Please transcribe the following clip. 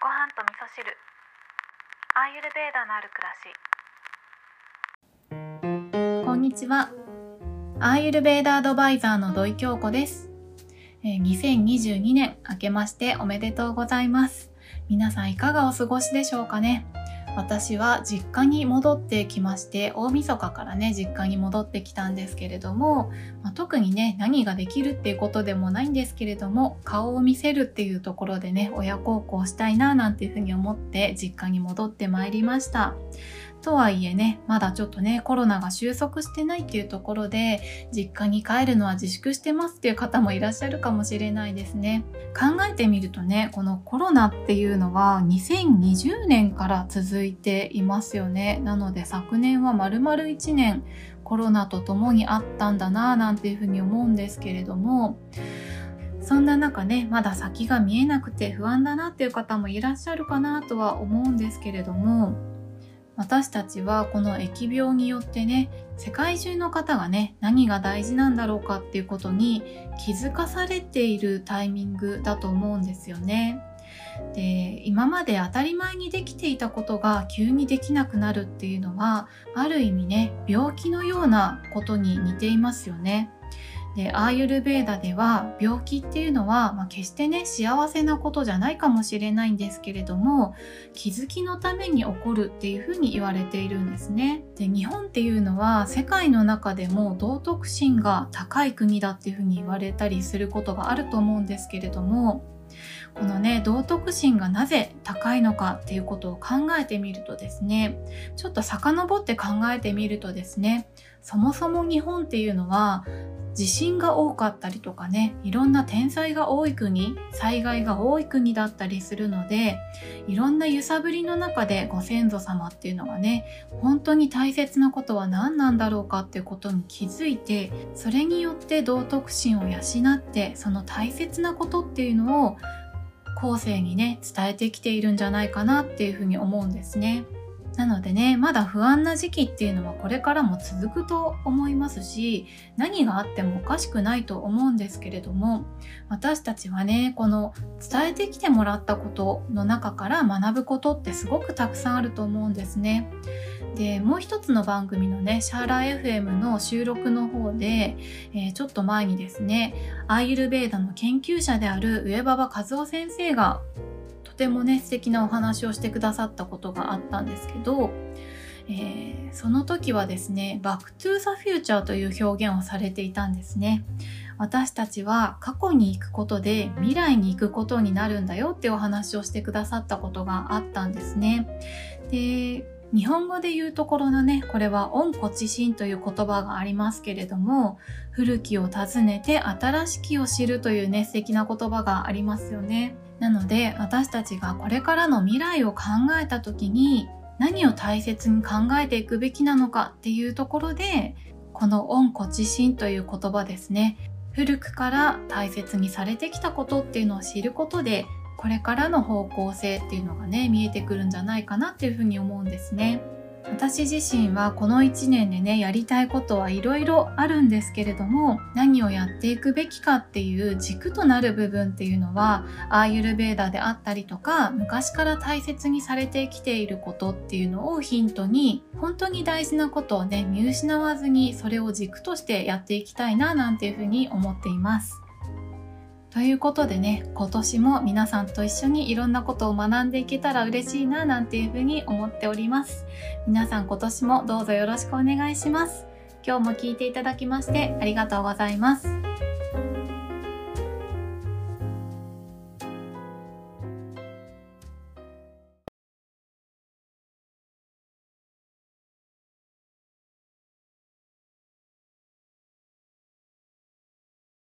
ご飯と味噌汁、アーユルヴェーダのある暮らし。 こんにちは。アーユルヴェーダアドバイザーの土井京子です。2022年明けましておめでとうございます。皆さんいかがお過ごしでしょうかね。私は実家に戻ってきまして、大晦日からね実家に戻ってきたんですけれども、特にね何ができるっていうことでもないんですけれども、顔を見せるっていうところでね親孝行したいななんていうふうに思って実家に戻ってまいりました。とはいえね、まだちょっとねコロナが収束してないっていうところで、実家に帰るのは自粛してますっていう方もいらっしゃるかもしれないですね。考えてみるとね、このコロナっていうのは2020年から続いていますよね。なので昨年は丸々1年コロナと共にあったんだななんていうふうに思うんですけれども、そんな中ね、まだ先が見えなくて不安だなっていう方もいらっしゃるかなとは思うんですけれども、私たちはこの疫病によってね、世界中の方がね、何が大事なんだろうかっていうことに気づかされているタイミングだと思うんですよね。で、今まで当たり前にできていたことが急にできなくなるっていうのは、ある意味ね、病気のようなことに似ていますよね。で、アーユルヴェーダでは病気っていうのは、決してね幸せなことじゃないかもしれないんですけれども、気づきのために起こるっていうふうに言われているんですね。で、日本っていうのは世界の中でも道徳心が高い国だっていうふうに言われたりすることがあると思うんですけれども、このね道徳心がなぜ高いのかっていうことを考えてみるとですね、ちょっと遡って考えてみるとですね、そもそも日本っていうのは地震が多かったりとかね、いろんな天災が多い国、災害が多い国だったりするので、いろんな揺さぶりの中でご先祖様っていうのがね、本当に大切なことは何なんだろうかっていうことに気づいて、それによって道徳心を養って、その大切なことっていうのを後世にね伝えてきているんじゃないかなっていうふうに思うんですね。なのでね、まだ不安な時期っていうのはこれからも続くと思いますし、何があってもおかしくないと思うんですけれども、私たちはね、この伝えてきてもらったことの中から学ぶことってすごくたくさんあると思うんですね。で、もう一つの番組のね、シャーラ FM の収録の方で、ちょっと前にですね、アーユルヴェーダの研究者である上馬場和夫先生がとてもね素敵なお話をしてくださったことがあったんですけど、その時はですね、バックトゥーザフューチャーという表現をされていたんですね。私たちは過去に行くことで未来に行くことになるんだよっていうお話をしてくださったことがあったんですね。で、日本語で言うところのね、これは温故知新という言葉がありますけれども、古きを訪ねて新しきを知るというね素敵な言葉がありますよね。なので私たちがこれからの未来を考えた時に何を大切に考えていくべきなのかっていうところで、この温故知新という言葉ですね、古くから大切にされてきたことっていうのを知ることで、これからの方向性っていうのがね見えてくるんじゃないかなっていうふうに思うんですね。私自身はこの1年でねやりたいことはいろいろあるんですけれども、何をやっていくべきかっていう軸となる部分っていうのはアーユルヴェーダであったりとか、昔から大切にされてきていることっていうのをヒントに、本当に大事なことをね見失わずにそれを軸としてやっていきたいななんていうふうに思っています。ということでね、今年も皆さんと一緒にいろんなことを学んでいけたら嬉しいななんていうふうに思っております。皆さん今年もどうぞよろしくお願いします。今日も聞いていただきましてありがとうございます。